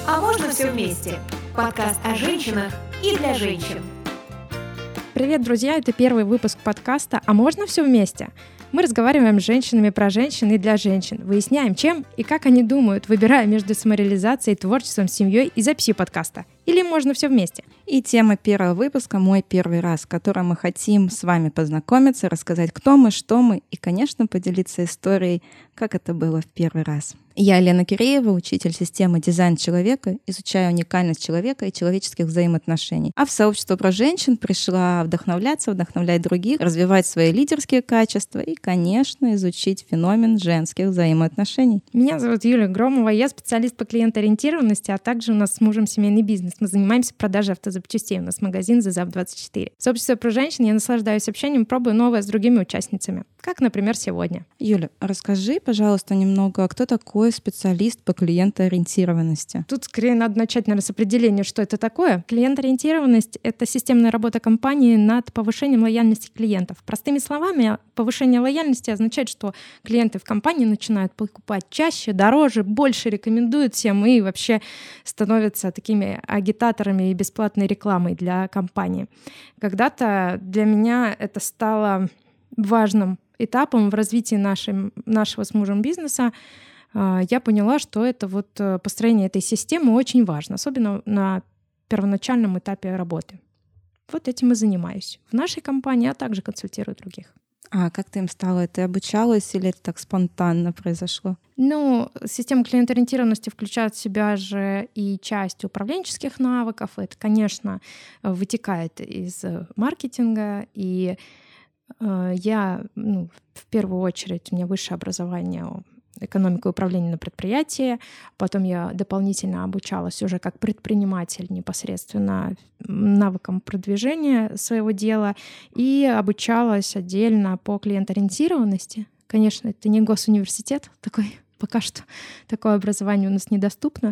А можно все вместе? Подкаст о женщинах и для женщин. Привет, друзья! Это первый выпуск подкаста «А можно все вместе?». Мы разговариваем с женщинами про женщин и для женщин, выясняем, чем и как они думают, выбирая между самореализацией, творчеством, семьей и записью подкаста. Или можно все вместе? И тема первого выпуска «Мой первый раз», в котором мы хотим с вами познакомиться, рассказать, кто мы, что мы и, конечно, поделиться историей, как это было в первый раз. Я Лена Киреева, учитель системы «Дизайн человека», изучаю уникальность человека и человеческих взаимоотношений. А в сообщество про женщин пришла вдохновляться, вдохновлять других, развивать свои лидерские качества и, конечно, изучить феномен женских взаимоотношений. Меня зовут Юлия Громова, я специалист по клиентоориентированности, а также у нас с мужем семейный бизнес. Мы занимаемся продажей автозапчастей, у нас магазин ЗАЗАП24. В сообществе про женщин я наслаждаюсь общением, пробую новое с другими участницами, как, например, сегодня. Юля, расскажи, пожалуйста, немного, кто такой специалист по клиентоориентированности? Тут скорее надо начать, наверное, с определения, что это такое. Клиентоориентированность — это системная работа компании над повышением лояльности клиентов. Простыми словами, повышение лояльности означает, что клиенты в компании начинают покупать чаще, дороже, больше рекомендуют всем и вообще становятся такими агитаторами и бесплатной рекламой для компании. Когда-то для меня это стало важным этапом в развитии нашего с мужем бизнеса. Я поняла, что это построение этой системы очень важно, особенно на первоначальном этапе работы. Вот этим и занимаюсь в нашей компании, а также консультирую других. А как ты им стала? Ты обучалась или это так спонтанно произошло? Система клиентоориентированности включает в себя же и часть управленческих навыков. Это, конечно, вытекает из маркетинга. И я, в первую очередь, у меня высшее образование экономика и управление на предприятии. Потом я дополнительно обучалась уже как предприниматель непосредственно навыкам продвижения своего дела и обучалась отдельно по клиентоориентированности. Конечно, это не госуниверситет такой, пока что такое образование у нас недоступно.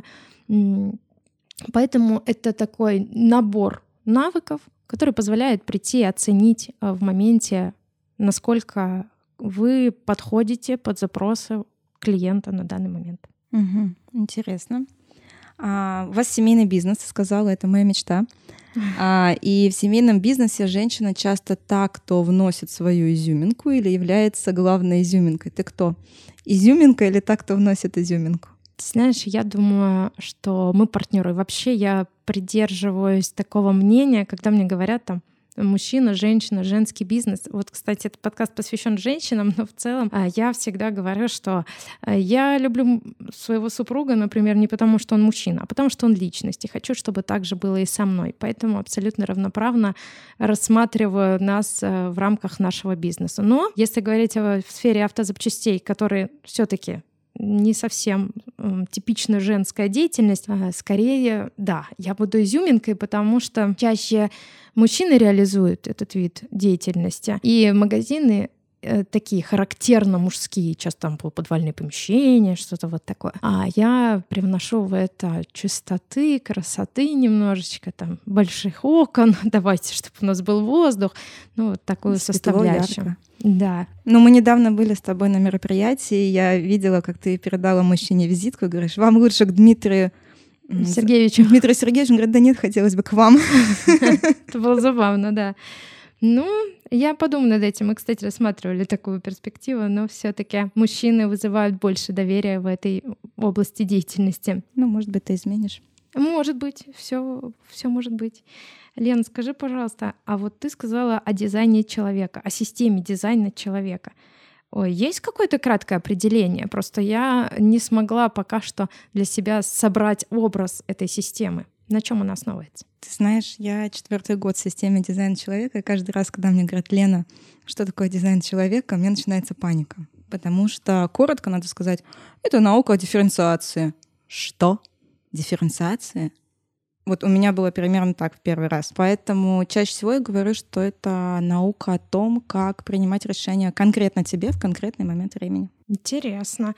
Поэтому это такой набор навыков, который позволяет прийти и оценить в моменте, насколько вы подходите под запросы клиента на данный момент. Угу, интересно. У вас семейный бизнес, ты сказала, это моя мечта. И в семейном бизнесе женщина часто та, кто вносит свою изюминку или является главной изюминкой. Ты кто? Изюминка или та, кто вносит изюминку? Ты знаешь, я думаю, что мы партнеры. Вообще я придерживаюсь такого мнения, когда мне говорят мужчина, женщина, женский бизнес. Вот, кстати, этот подкаст посвящен женщинам, но в целом я всегда говорю, что я люблю своего супруга, например, не потому, что он мужчина, а потому, что он личность. И хочу, чтобы так же было и со мной. Поэтому абсолютно равноправно рассматриваю нас в рамках нашего бизнеса. Но если говорить в сфере автозапчастей, которые все-таки не совсем типично женская деятельность. Скорее, да, я буду изюминкой, потому что чаще мужчины реализуют этот вид деятельности. И магазины такие характерно мужские, часто там полуподвальные помещения, что-то вот такое. А я привношу в это чистоты, красоты немножечко, больших окон. Давайте, чтобы у нас был воздух. Вот такую составляющую. Да. Мы недавно были с тобой на мероприятии, я видела, как ты передала мужчине визитку, говоришь, вам лучше к Дмитрию Сергеевичу. Дмитрию Сергеевичу, он говорит, да нет, хотелось бы к вам. Это было забавно, да. Я подумаю над этим. Мы, кстати, рассматривали такую перспективу, но все-таки мужчины вызывают больше доверия в этой области деятельности. Может быть, ты изменишь. Может быть, все может быть. Лен, скажи, пожалуйста, а вот ты сказала о дизайне человека, о системе дизайна человека. Есть какое-то краткое определение? Просто я не смогла пока что для себя собрать образ этой системы. На чем она основывается? Ты знаешь, я 4-й год в системе дизайна человека, и каждый раз, когда мне говорят, Лена, что такое дизайн человека, у меня начинается паника. Потому что, коротко надо сказать, это наука о дифференциации. Что? Дифференциация? Вот у меня было примерно так в первый раз. Поэтому чаще всего я говорю, что это наука о том, как принимать решения конкретно тебе в конкретный момент времени. Интересно.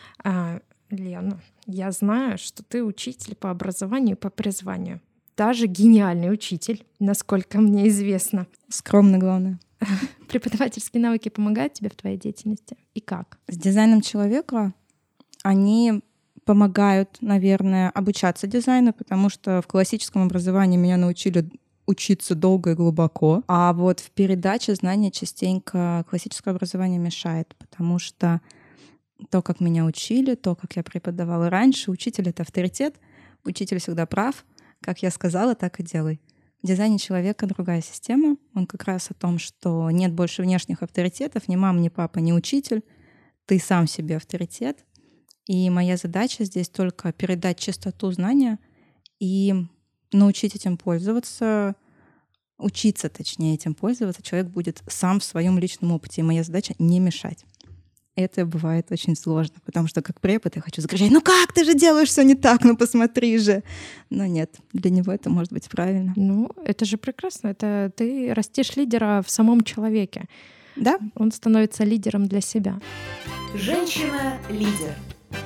Лена, я знаю, что ты учитель по образованию и по призванию. Даже гениальный учитель, насколько мне известно. Скромно, главное. Преподавательские навыки помогают тебе в твоей деятельности? И как? С дизайном человека они помогают, наверное, обучаться дизайну, потому что в классическом образовании меня научили учиться долго и глубоко, а вот в передаче знаний частенько классическое образование мешает, потому что то, как меня учили, то, как я преподавала раньше, учитель — это авторитет, учитель всегда прав, как я сказала, так и делай. В дизайне человека другая система, он как раз о том, что нет больше внешних авторитетов, ни мама, ни папа, ни учитель, ты сам себе авторитет, и моя задача здесь только передать чистоту знания и научить этим пользоваться, учиться, точнее, этим пользоваться. Человек будет сам в своем личном опыте, и моя задача — не мешать. Это бывает очень сложно, потому что как препод я хочу закричать: ну как, ты же делаешь все не так, ну посмотри же. Но нет, для него это может быть правильно. Ну, это же прекрасно. Это ты растишь лидера в самом человеке. Да? Он становится лидером для себя. Женщина-лидер.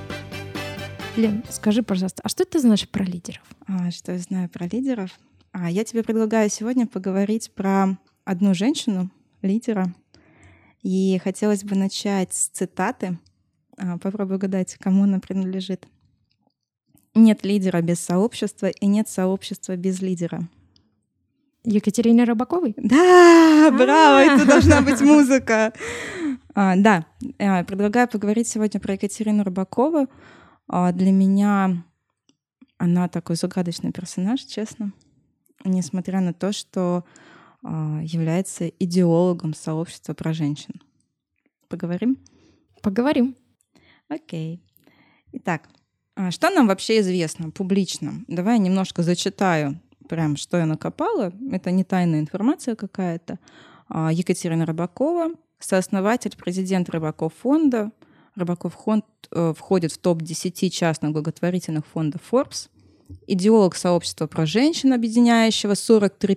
Лен, скажи, пожалуйста, а что ты знаешь про лидеров? Что я знаю про лидеров? Я тебе предлагаю сегодня поговорить про одну женщину, лидера. И хотелось бы начать с цитаты. Попробуй угадать, кому она принадлежит. «Нет лидера без сообщества, и нет сообщества без лидера». Екатерине Рыбаковой? Да, браво, это должна быть музыка. Да, предлагаю поговорить сегодня про Екатерину Рыбакову. Для меня она такой загадочный персонаж, честно, несмотря на то, что является идеологом сообщества про женщин. Поговорим? Поговорим. Окей. Итак, что нам вообще известно публично? Давай я немножко зачитаю, прям что я накопала. Это не тайная информация какая-то. Екатерина Рыбакова, сооснователь, президент Рыбаков фонда. Рыбаков фонд входит в топ-10 частных благотворительных фондов Forbes. Идеолог сообщества про женщин, объединяющего 43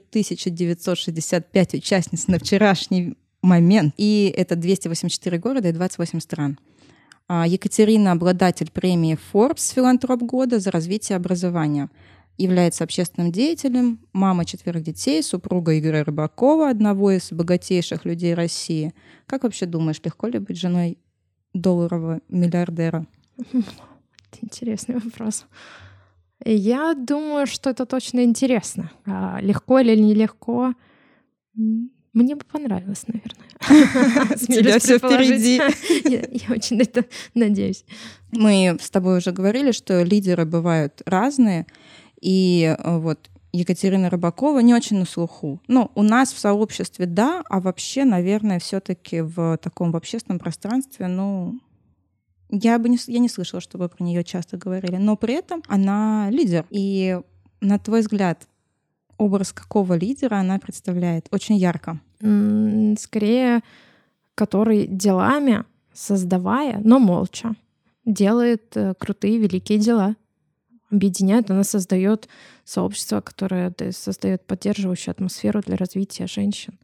965 участниц на вчерашний момент. И это 284 города и 28 стран. Екатерина — обладатель премии Forbes «Филантроп года» за развитие образования. Является общественным деятелем, мама 4 детей, супруга Игоря Рыбакова, одного из богатейших людей России. Как вообще думаешь, легко ли быть женой долларового миллиардера? Интересный вопрос. Я думаю, что это точно интересно. Легко или нелегко? Мне бы понравилось, наверное. У тебя все впереди. Я очень на это надеюсь. Мы с тобой уже говорили, что лидеры бывают разные. И вот Екатерина Рыбакова не очень на слуху. Ну, у нас в сообществе да, а вообще, наверное, все-таки в таком в общественном пространстве, ну, я не слышала, чтобы про нее часто говорили. Но при этом она лидер. И на твой взгляд, образ какого лидера она представляет? Очень ярко. Скорее, который делами, создавая, но молча, делает крутые, великие дела. Объединяет, она создает сообщество, которое создает поддерживающую атмосферу для развития женщин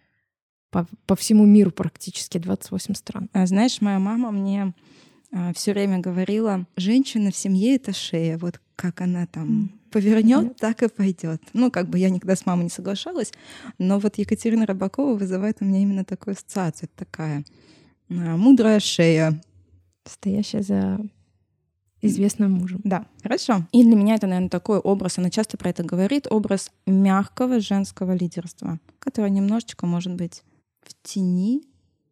по всему миру практически, 28 стран. Знаешь, моя мама мне все время говорила: женщина в семье — это шея. Вот как она там повернет, так и пойдет. Ну, как бы я никогда с мамой не соглашалась, но вот Екатерина Рыбакова вызывает у меня именно такую ассоциацию. Это такая мудрая шея. Стоящая за известным мужем. Да, хорошо. И для меня это, наверное, такой образ, она часто про это говорит, образ мягкого женского лидерства, которое немножечко, может быть, в тени,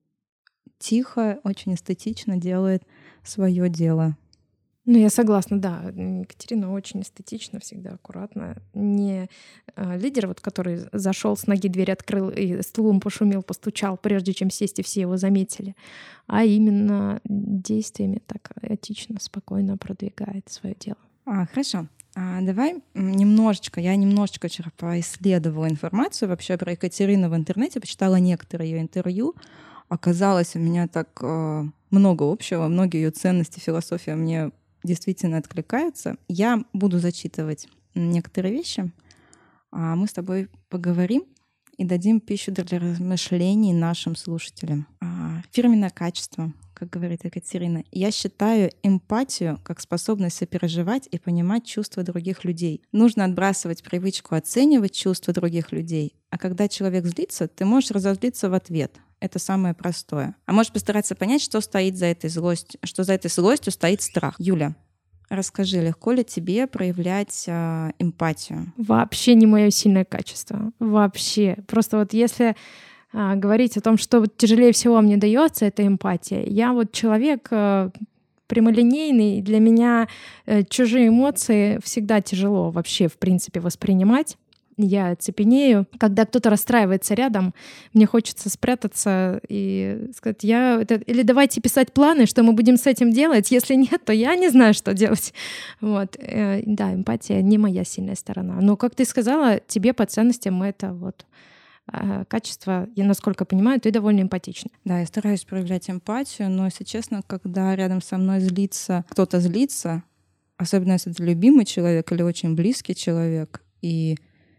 тихо, очень эстетично делает свое дело. Ну, я согласна, да. Екатерина очень эстетично, всегда аккуратно. Не лидер, вот, который зашел с ноги, дверь открыл и стулом пошумел, постучал, прежде чем сесть, и все его заметили, а именно действиями так этично, спокойно продвигает свое дело. Хорошо. Давай я немножечко вчера поисследовала информацию вообще про Екатерину в интернете, почитала некоторые ее интервью. Оказалось, у меня так много общего, многие ее ценности, философия мне действительно откликаются. Я буду зачитывать некоторые вещи, а мы с тобой поговорим и дадим пищу для размышлений нашим слушателям. Фирменное качество, как говорит Екатерина. Я считаю эмпатию как способность сопереживать и понимать чувства других людей. Нужно отбрасывать привычку оценивать чувства других людей. А когда человек злится, ты можешь разозлиться в ответ. Это самое простое. А можешь постараться понять, что стоит за этой злостью, что за этой злостью стоит страх. Юля, Расскажи, легко ли тебе проявлять эмпатию? Вообще не мое сильное качество. Вообще. Просто вот если говорить о том, что вот тяжелее всего мне дается, это эмпатия. Я вот человек прямолинейный, для меня чужие эмоции всегда тяжело вообще, в принципе, воспринимать. Я цепенею. Когда кто-то расстраивается рядом, мне хочется спрятаться и сказать, или давайте писать планы, что мы будем с этим делать. Если нет, то я не знаю, что делать. Вот. Да, эмпатия не моя сильная сторона. Но, как ты сказала, тебе по ценностям это вот качество, я, насколько понимаю, ты довольно эмпатична. Да, я стараюсь проявлять эмпатию, но, если честно, когда рядом со мной кто-то злится, особенно если это любимый человек или очень близкий человек, и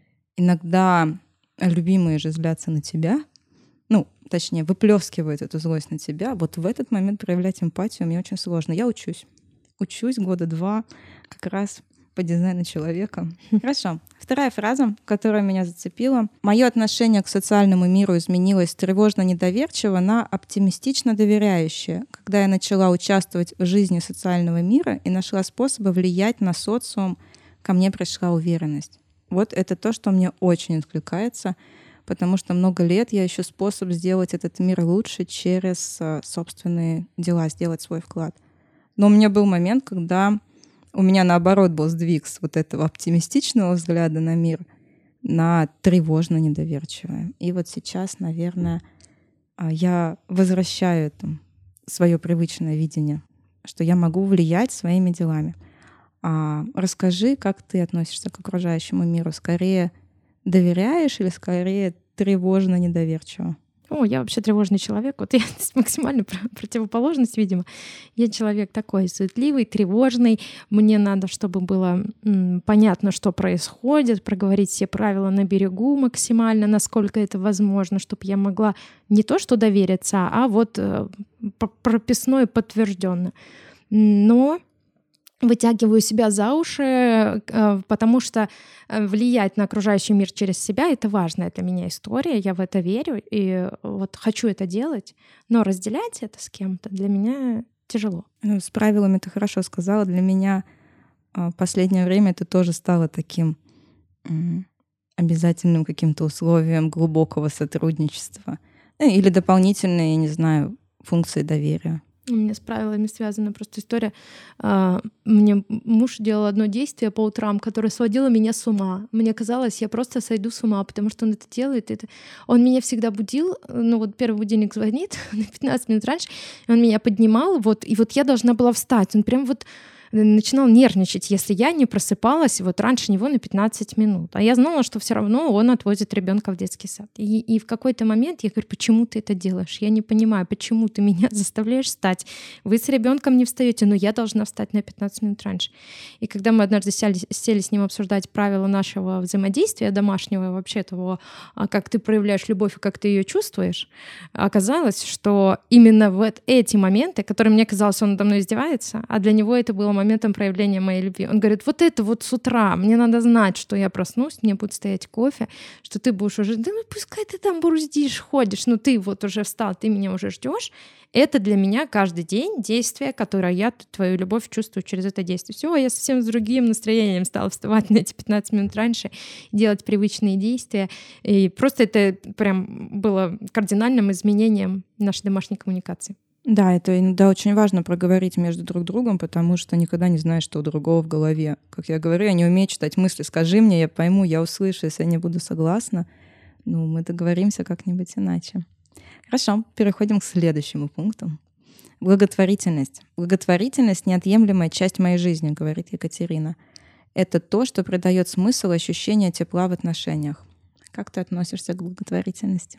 иногда любимые же злятся на тебя, точнее, выплескивают эту злость на тебя, вот в этот момент проявлять эмпатию мне очень сложно. Я учусь 2 года как раз по дизайну человека. Хорошо. Вторая фраза, которая меня зацепила. Мое отношение к социальному миру изменилось с тревожно-недоверчиво на оптимистично-доверяющее, когда я начала участвовать в жизни социального мира и нашла способы влиять на социум, ко мне пришла уверенность. Вот это то, что мне очень откликается, потому что много лет я ищу способ сделать этот мир лучше через собственные дела, сделать свой вклад. Но у меня был момент, когда у меня, наоборот, был сдвиг с вот этого оптимистичного взгляда на мир на тревожно-недоверчивое. И вот сейчас, наверное, я возвращаю свое привычное видение, что я могу влиять своими делами. Расскажи, как ты относишься к окружающему миру? Скорее доверяешь или скорее тревожно-недоверчиво? Я вообще тревожный человек. Вот я максимально противоположность, видимо. Я человек такой суетливый, тревожный. Мне надо, чтобы было понятно, что происходит, проговорить все правила на берегу максимально, насколько это возможно, чтобы я могла не то что довериться, а вот прописное подтвержденно. Но вытягиваю себя за уши, потому что влиять на окружающий мир через себя — это важная для меня история, я в это верю, и вот хочу это делать, но разделять это с кем-то для меня тяжело. С правилами ты хорошо сказала. Для меня в последнее время это тоже стало таким обязательным каким-то условием глубокого сотрудничества. Или дополнительные, я не знаю, функции доверия. У меня с правилами связана просто история. Мне муж делал одно действие по утрам, которое сводило меня с ума. Мне казалось, я просто сойду с ума, потому что он это делает. Он меня всегда будил. Первый будильник звонит на 15 минут раньше, и он меня поднимал, и я должна была встать. Он прям начинал нервничать, если я не просыпалась раньше него на 15 минут. А я знала, что все равно он отвозит ребенка в детский сад. И в какой-то момент я говорю, почему ты это делаешь? Я не понимаю, почему ты меня заставляешь встать? Вы с ребенком не встаете, но я должна встать на 15 минут раньше. И когда мы однажды сели с ним обсуждать правила нашего взаимодействия домашнего, вообще того, как ты проявляешь любовь и как ты ее чувствуешь, оказалось, что именно эти моменты, которые мне казалось, он надо мной издевается, а для него это было моментом проявления моей любви. Он говорит, вот это с утра, мне надо знать, что я проснусь, мне будет стоять кофе, что ты будешь уже, пускай ты там бруздишь, ходишь, ты уже встал, ты меня уже ждешь. Это для меня каждый день действие, которое я твою любовь чувствую через это действие. Все, я совсем с другим настроением стала вставать на эти 15 минут раньше, делать привычные действия. И просто это прям было кардинальным изменением нашей домашней коммуникации. Да, это иногда очень важно проговорить между друг другом, потому что никогда не знаешь, что у другого в голове. Как я говорю, я не умею читать мысли. Скажи мне, я пойму, я услышу. Если я не буду согласна, мы договоримся как-нибудь иначе. Хорошо, переходим к следующему пункту. Благотворительность. Благотворительность — неотъемлемая часть моей жизни, говорит Екатерина. Это то, что придает смысл и ощущение тепла в отношениях. Как ты относишься к благотворительности?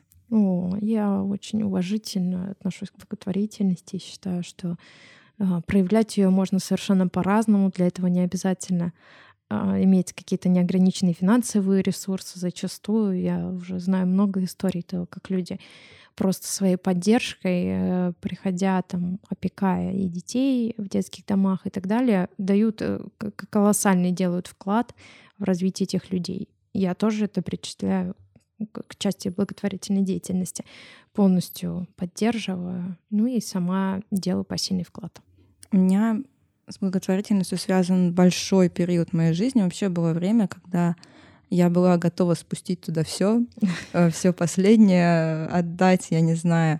Я очень уважительно отношусь к благотворительности. Считаю, что проявлять ее можно совершенно по-разному. Для этого не обязательно иметь какие-то неограниченные финансовые ресурсы. Зачастую я уже знаю много историй того, как люди просто своей поддержкой, приходя, опекая и детей в детских домах и так далее, дают колоссальный, делают вклад в развитие этих людей. Я тоже это причисляю к части благотворительной деятельности, полностью поддерживаю, и сама делаю посильный вклад. У меня с благотворительностью связан большой период моей жизни. Вообще было время, когда я была готова спустить туда все последнее, отдать, я не знаю.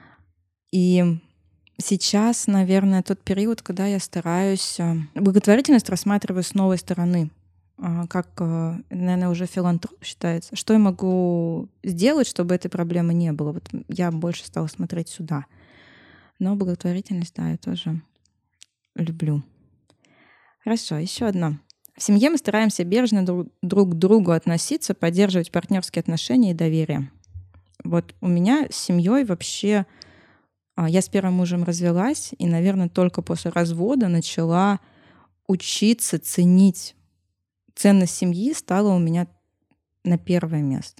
И сейчас, наверное, тот период, когда я стараюсь благотворительность рассматриваю с новой стороны, как, наверное, уже филантроп считается. Что я могу сделать, чтобы этой проблемы не было? Вот я больше стала смотреть сюда. Но благотворительность, да, я тоже люблю. Хорошо, еще одно. В семье мы стараемся бережно друг к другу относиться, поддерживать партнерские отношения и доверие. Вот у меня с семьей вообще... Я с первым мужем развелась, и, наверное, только после развода начала учиться ценить. Ценность семьи стала у меня на первое место.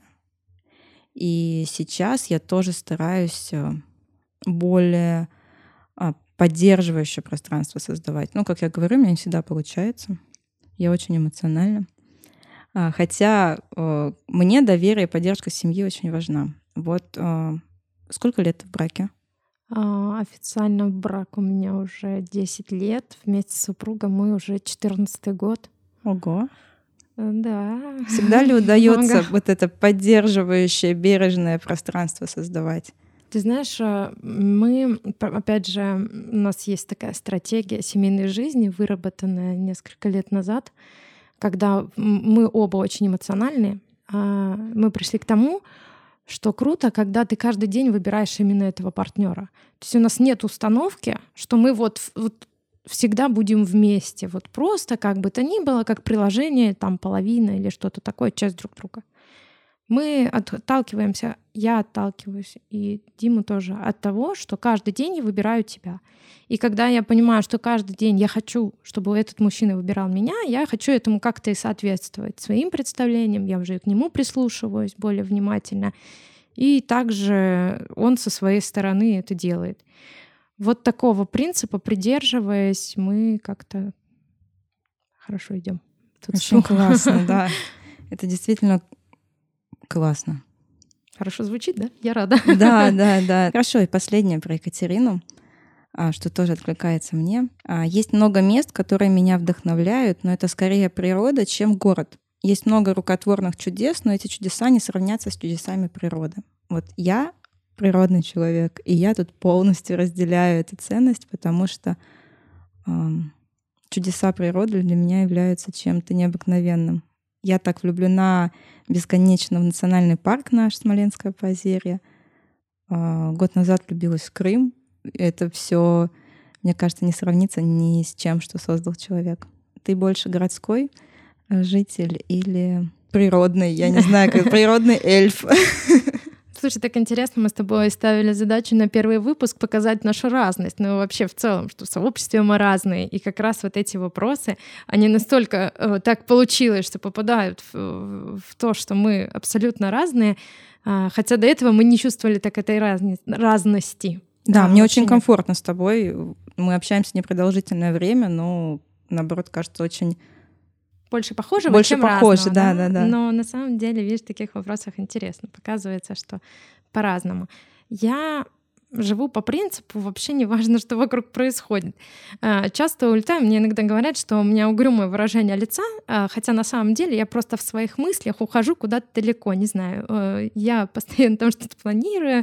И сейчас я тоже стараюсь более поддерживающее пространство создавать. Ну, как я говорю, у меня не всегда получается. Я очень эмоциональна. Хотя мне доверие и поддержка семьи очень важна. Вот сколько лет в браке? Официально брак у меня уже 10 лет. Вместе с супругом мы уже 14-й год. Ого. Да. Всегда ли удается вот это поддерживающее, бережное пространство создавать? Ты знаешь, мы, опять же, у нас есть такая стратегия семейной жизни, выработанная несколько лет назад, когда мы оба очень эмоциональные. Мы пришли к тому, что круто, когда ты каждый день выбираешь именно этого партнера. То есть у нас нет установки, что мы вот всегда будем вместе. Вот просто как бы то ни было, как приложение, там половина или что-то такое, часть друг друга. Мы отталкиваемся, я отталкиваюсь, и Дима тоже, от того, что каждый день я выбираю тебя. И когда я понимаю, что каждый день я хочу, чтобы этот мужчина выбирал меня, я хочу этому как-то и соответствовать своим представлениям, я уже к нему прислушиваюсь более внимательно. И также он со своей стороны это делает. Вот такого принципа, придерживаясь, мы как-то хорошо идем. Очень классно, да. Это действительно классно. Хорошо звучит, да? Я рада. Да. Хорошо, и последнее про Екатерину, что тоже откликается мне. Есть много мест, которые меня вдохновляют, но это скорее природа, чем город. Есть много рукотворных чудес, но эти чудеса не сравнятся с чудесами природы. Вот я природный человек, и я тут полностью разделяю эту ценность, потому что чудеса природы для меня являются чем-то необыкновенным. Я так влюблена бесконечно в национальный парк наш, Смоленское Поозерье. Год назад влюбилась в Крым. Это все, мне кажется, не сравнится ни с чем, что создал человек. Ты больше городской житель или природный? Я не знаю, как природный эльф. Слушай, так интересно, мы с тобой ставили задачу на первый выпуск показать нашу разность, ну вообще в целом, что в сообществе мы разные, и как раз вот эти вопросы, они настолько так получилось, что попадают в то, что мы абсолютно разные, хотя до этого мы не чувствовали так этой разности. Да, мне очень комфортно с тобой, мы общаемся непродолжительное время, но наоборот, кажется, очень... Больше похожего, чем разного. Да. Но на самом деле, видишь, в таких вопросах интересно. Показывается, что по-разному. Я живу по принципу, вообще не важно, что вокруг происходит. Часто улетаю, мне иногда говорят, что у меня угрюмое выражение лица, хотя на самом деле я просто в своих мыслях ухожу куда-то далеко, не знаю. Я постоянно там что-то планирую,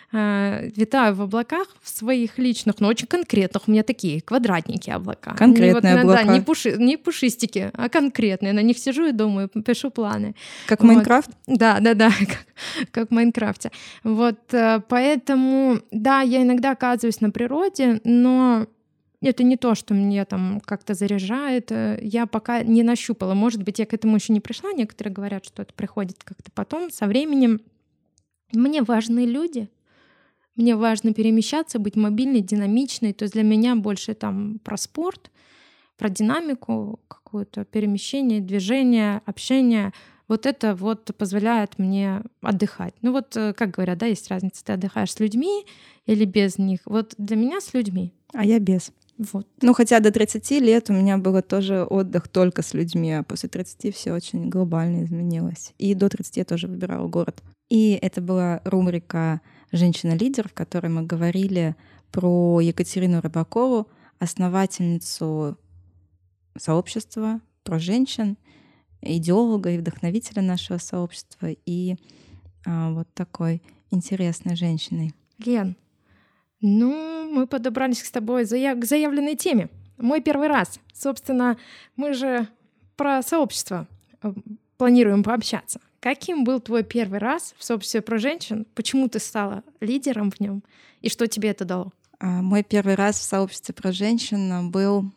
витаю в облаках в своих личных, но очень конкретных. У меня такие квадратники облака. Конкретные облака. Да, не пушистики, а конкретные. На них сижу и думаю, пишу планы. Как в Майнкрафт? Да, как в Майнкрафте. Вот, поэтому, да, я иногда оказываюсь на природе, но это не то, что меня там как-то заряжает. Я пока не нащупала. Может быть, я к этому еще не пришла. Некоторые говорят, что это приходит как-то потом, со временем. Мне важны люди. Мне важно перемещаться, быть мобильной, динамичной. То есть для меня больше там про спорт, про динамику, какое-то перемещение, движение, общение. Вот это вот позволяет мне отдыхать. Ну вот, как говорят, да, есть разница. Ты отдыхаешь с людьми или без них. Вот для меня с людьми. А я без. Вот. Ну, хотя до 30 лет у меня было тоже отдых только с людьми, а после 30 все очень глобально изменилось. И до 30 я тоже выбирала город. И это была рубрика «Женщина-лидер», в которой мы говорили про Екатерину Рыбакову, основательницу сообщества про женщин, идеолога и вдохновителя нашего сообщества, и вот такой интересной женщиной. Лен, мы подобрались с тобой к заявленной теме. Мой первый раз. Собственно, мы же про сообщество планируем пообщаться. Каким был твой первый раз в сообществе про женщин? Почему ты стала лидером в нем? И что тебе это дало? Мой первый раз в сообществе про женщин был,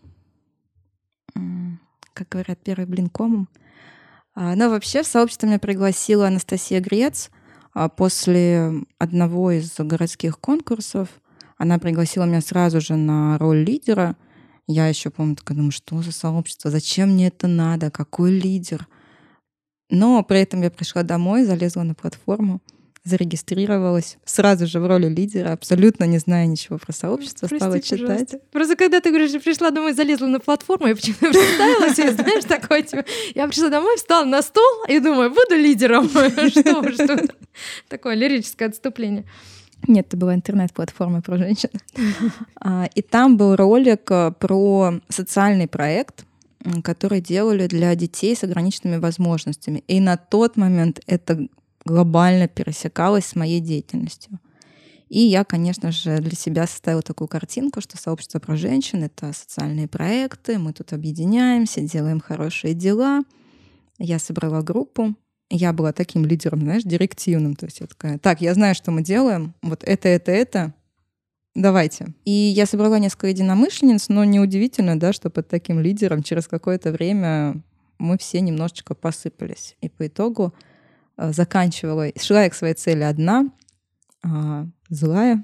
как говорят, первый блин комом. Но вообще в сообщество меня пригласила Анастасия Грец. После одного из городских конкурсов она пригласила меня сразу же на роль лидера. Я еще, помню, такая думаю, что за сообщество, зачем мне это надо, какой лидер? Но при этом я пришла домой, залезла на платформу, зарегистрировалась сразу же в роли лидера, абсолютно не зная ничего про сообщество, стала читать. Пожалуйста. Просто когда ты говоришь, пришла домой, залезла на платформу, я почему-то представила себе, знаешь, такое, типа, я пришла домой, встала на стол и думаю, буду лидером. Что такое лирическое отступление. Нет, это была интернет-платформа про женщин. И там был ролик про социальный проект, который делали для детей с ограниченными возможностями. И на тот момент это глобально пересекалось с моей деятельностью. И я, конечно же, для себя составила такую картинку, что сообщество про женщин — это социальные проекты, мы тут объединяемся, делаем хорошие дела. Я собрала группу. Я была таким лидером, знаешь, директивным. То есть я такая, так, я знаю, что мы делаем, вот это, давайте. И я собрала несколько единомышленниц, но неудивительно, да, что под таким лидером через какое-то время мы все немножечко посыпались. И по итогу шла я к своей цели одна, злая.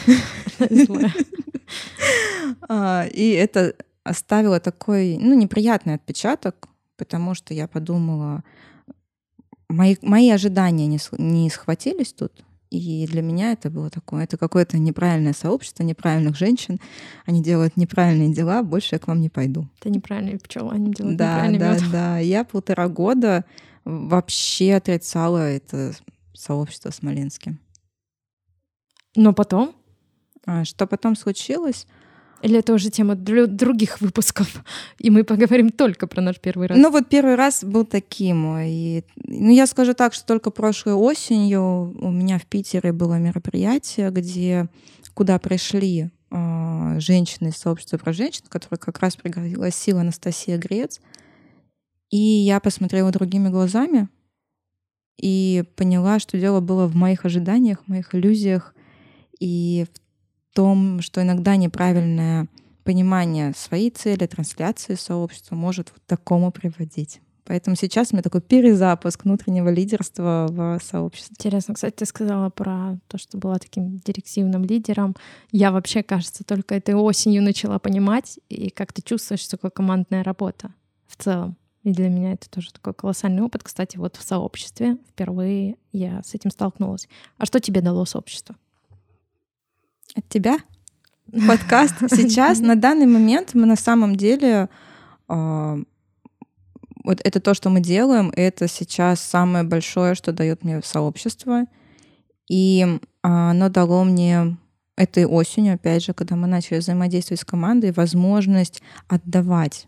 И это оставило такой, неприятный отпечаток, потому что я подумала, мои ожидания не схватились тут, и для меня это было такое, это какое-то неправильное сообщество неправильных женщин, они делают неправильные дела, больше я к вам не пойду. Это неправильные пчелы, они делают неправильный мед. Да. Я 1,5 года вообще отрицала это сообщество в Смоленске. Но потом? Что потом случилось? Или это уже тема для других выпусков, и мы поговорим только про наш первый раз? Первый раз был таким. И, я скажу так, что только прошлой осенью у меня в Питере было мероприятие, куда пришли женщины из сообщества про женщин, которые как раз пригласила Анастасия Грец. И я посмотрела другими глазами и поняла, что дело было в моих ожиданиях, в моих иллюзиях и в том, что иногда неправильное понимание своей цели, трансляции сообщества может вот к такому приводить. Поэтому сейчас у меня такой перезапуск внутреннего лидерства в сообществе. Интересно, кстати, ты сказала про то, что была таким директивным лидером. Я вообще, кажется, только этой осенью начала понимать, и как ты чувствуешь, что такое командная работа в целом. И для меня это тоже такой колоссальный опыт. Кстати, вот в сообществе впервые я с этим столкнулась. А что тебе дало сообщество? От тебя? Подкаст. Сейчас, на данный момент, мы на самом деле... вот это то, что мы делаем, это сейчас самое большое, что дает мне сообщество. И оно дало мне этой осенью, опять же, когда мы начали взаимодействовать с командой, возможность отдавать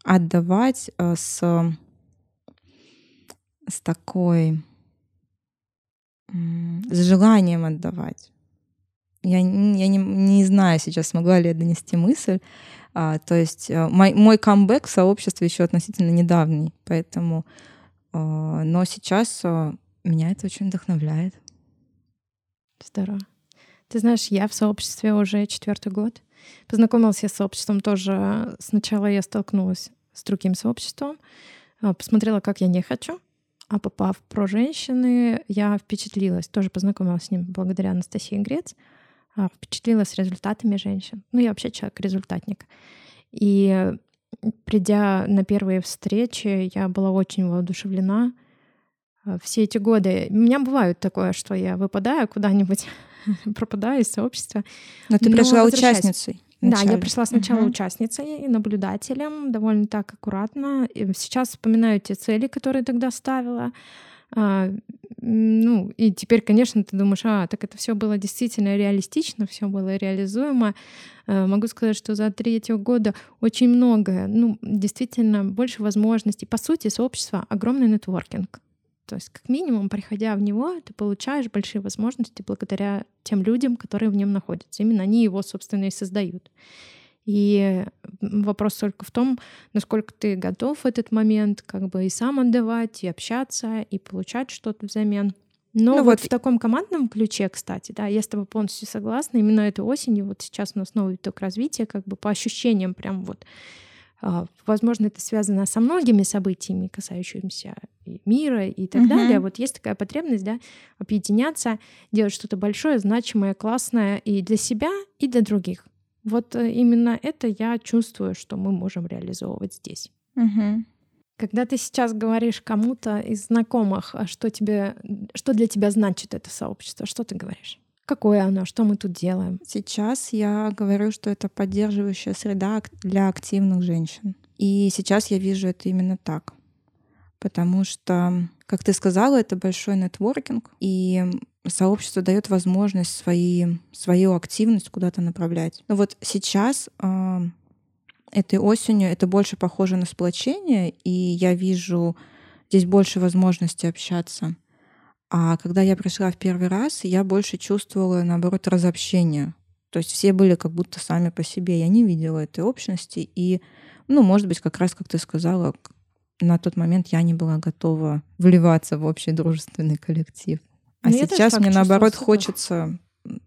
с желанием отдавать. Я не знаю сейчас, смогла ли я донести мысль. То есть мой камбэк в сообществе еще относительно недавний, поэтому... Но сейчас меня это очень вдохновляет. Здорово. Ты знаешь, я в сообществе уже 4-й год. Познакомилась я с сообществом тоже. Сначала я столкнулась с другим сообществом, посмотрела, как я не хочу, а попав про женщины, я впечатлилась. Тоже познакомилась с ним благодаря Анастасии Грец. Впечатлилась результатами женщин. Я вообще человек-результатник. И придя на первые встречи, я была очень воодушевлена. Все эти годы... У меня бывает такое, что я выпадаю куда-нибудь, пропадаю из сообщества. Но ты пришла участницей. Да, я пришла сначала участницей и наблюдателем, довольно так аккуратно. И сейчас вспоминаю те цели, которые тогда ставила. И теперь, конечно, ты думаешь, так это все было действительно реалистично, все было реализуемо. Могу сказать, что за 3 года очень многое, действительно больше возможностей. По сути, сообщество — огромный нетворкинг. То есть, как минимум, приходя в него, ты получаешь большие возможности благодаря тем людям, которые в нем находятся. Именно они его, собственно, и создают. И вопрос только в том, насколько ты готов в этот момент и сам отдавать, и общаться, и получать что-то взамен. Но вот в таком командном ключе, кстати, да, я с тобой полностью согласна. Именно этой осенью, вот сейчас у нас новый виток развития, по ощущениям прям возможно, это связано со многими событиями, касающимися мира и так далее. Вот есть такая потребность, да, объединяться, делать что-то большое, значимое, классное и для себя, и для других. Вот именно это я чувствую, что мы можем реализовывать здесь. Когда ты сейчас говоришь кому-то из знакомых, что для тебя значит это сообщество, что ты говоришь? Какое оно? Что мы тут делаем? Сейчас я говорю, что это поддерживающая среда для активных женщин. И сейчас я вижу это именно так. Потому что, как ты сказала, это большой нетворкинг, и сообщество дает возможность свою активность куда-то направлять. Но вот сейчас, этой осенью, это больше похоже на сплочение, и я вижу здесь больше возможностей общаться. А когда я пришла в первый раз, я больше чувствовала, наоборот, разобщение. То есть все были как будто сами по себе. Я не видела этой общности. И, может быть, как раз, как ты сказала, на тот момент я не была готова вливаться в общий дружественный коллектив. А сейчас мне, наоборот, хочется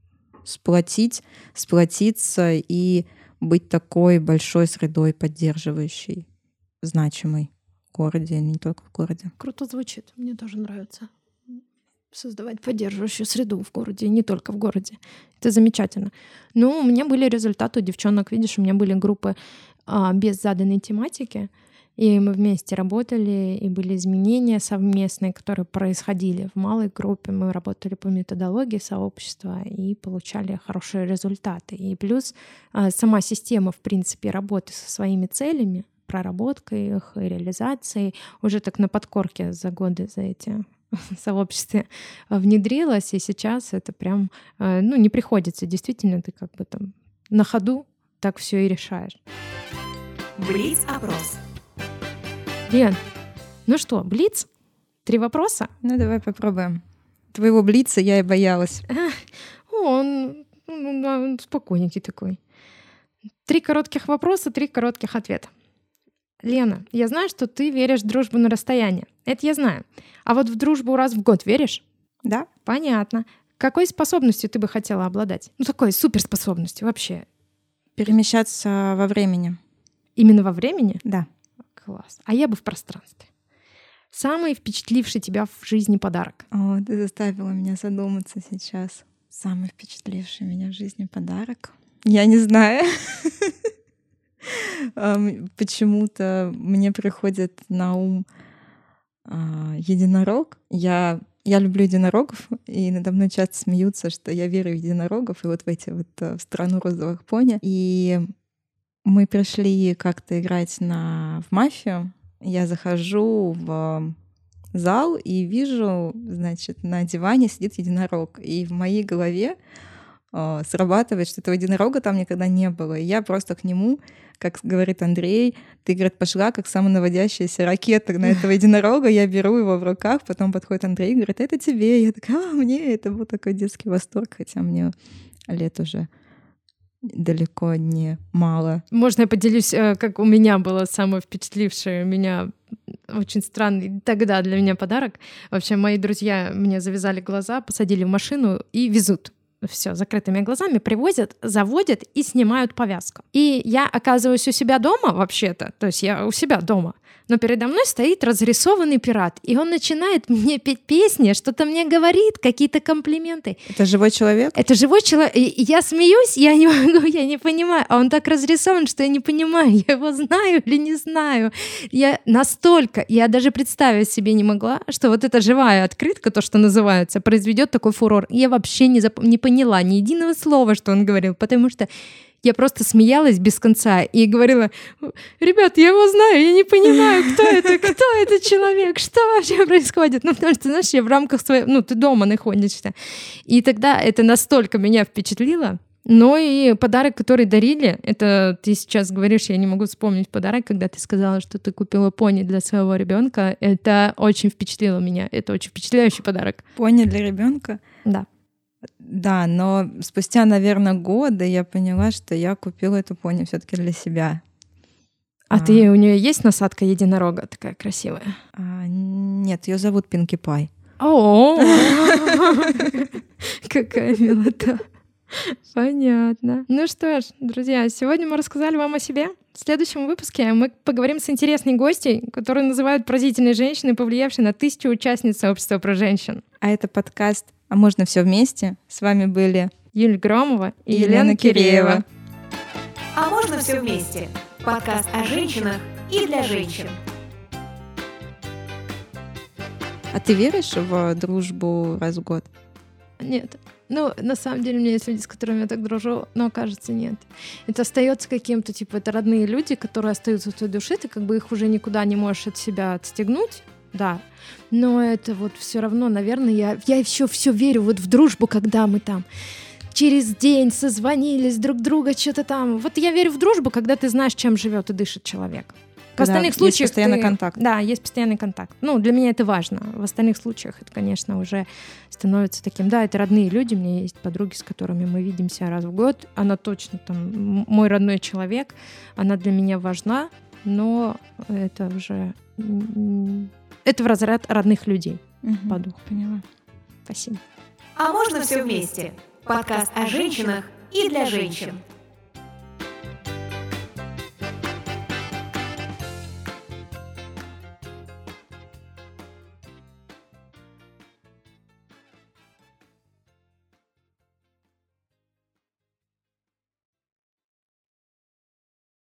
сплотиться и быть такой большой средой поддерживающей, значимой в городе, не только в городе. Круто звучит, мне тоже нравится. Создавать поддерживающую среду в городе, не только в городе. Это замечательно. У меня были результаты у девчонок. Видишь, у меня были группы без заданной тематики, и мы вместе работали, и были изменения совместные, которые происходили в малой группе. Мы работали по методологии сообщества и получали хорошие результаты. И плюс сама система, в принципе, работы со своими целями, проработкой их и реализацией уже так на подкорке за годы за эти сообществе внедрилась, и сейчас это прям, не приходится. Действительно, ты там на ходу так все и решаешь. Блиц-опрос. Лен, что, блиц? 3 вопроса? Давай попробуем. Твоего блица я и боялась. Он спокойненький такой. 3 коротких вопроса, 3 коротких ответа. Лена, я знаю, что ты веришь в дружбу на расстоянии. Это я знаю. А вот в дружбу раз в год веришь? Да. Понятно. Какой способностью ты бы хотела обладать? Такой суперспособностью вообще. Перемещаться во времени. Именно во времени? Да. Класс. А я бы в пространстве. Самый впечатливший тебя в жизни подарок? Ты заставила меня задуматься сейчас. Самый впечатливший меня в жизни подарок? Я не знаю. Почему-то мне приходит на ум единорог. Я люблю единорогов, и надо мной часто смеются, что я верю в единорогов и в в страну розовых пони. И мы пришли как-то играть в мафию. Я захожу в зал и вижу, на диване сидит единорог. И в моей голове срабатывает, что этого единорога там никогда не было. И я просто к нему, как говорит Андрей, ты, говорит, пошла как самонаводящаяся ракета на этого единорога, я беру его в руках, потом подходит Андрей и говорит, это тебе. Я такая, мне. Это был такой детский восторг, хотя мне лет уже далеко не мало. Можно я поделюсь, как у меня было самое впечатлившее меня очень странный тогда для меня подарок. Вообще, мои друзья мне завязали глаза, посадили в машину и везут. Все закрытыми глазами, привозят, заводят и снимают повязку. И я оказываюсь у себя дома вообще-то, то есть я у себя дома, но передо мной стоит разрисованный пират, и он начинает мне петь песни, что-то мне говорит, какие-то комплименты. Это живой человек? Это живой человек. И я смеюсь, я не могу, я не понимаю. А он так разрисован, что я не понимаю, я его знаю или не знаю. Я даже представить себе не могла, что вот эта живая открытка, то, что называется, произведет такой фурор. Я вообще не поняла ни единого слова, что он говорил, потому что Я просто смеялась без конца и говорила: ребят, я его знаю, я не понимаю, кто этот человек, что вообще происходит. Ну, потому что, знаешь, я в рамках своей... Ну, ты дома находишься. И тогда это настолько меня впечатлило. Но и подарок, который дарили, это ты сейчас говоришь, я не могу вспомнить подарок, когда ты сказала, что ты купила пони для своего ребенка. Это очень впечатлило меня. Это очень впечатляющий подарок. Пони для ребенка? Да. Да, но спустя, наверное, годы я поняла, что я купила эту пони все-таки для себя. Ты у нее есть насадка единорога такая красивая? Нет, ее зовут Пинки Пай. Какая милота. Понятно. Ну что ж, друзья, сегодня мы рассказали вам о себе. В следующем выпуске мы поговорим с интересной гостьей, которую называют поразительной женщиной, повлиявшей на 1000 участниц сообщества про женщин. А это подкаст «А можно все вместе?» С вами были Юлия Громова и Елена Киреева. А можно все вместе? Подкаст о женщинах и для женщин. А ты веришь в дружбу раз в год? Нет. Ну, на самом деле, у меня есть люди, с которыми я так дружу, но, кажется, нет. Это остается каким-то, типа, это родные люди, которые остаются в твоей душе, ты как бы их уже никуда не можешь от себя отстегнуть, да. Но это вот все равно, наверное, я еще все верю вот в дружбу, когда мы там через день созвонились друг друга, что-то там. Вот я верю в дружбу, когда ты знаешь, чем живет и дышит человек. В остальных случаях есть постоянный контакт. Да, есть постоянный контакт. Ну, для меня это важно. В остальных случаях это, конечно, уже становится таким. Да, это родные люди. У меня есть подруги, с которыми мы видимся раз в год. Она точно там мой родной человек. Она для меня важна, но это уже... Это в разряд родных людей по духу. Поняла. Спасибо. А можно все вместе? Подкаст о женщинах и для женщин.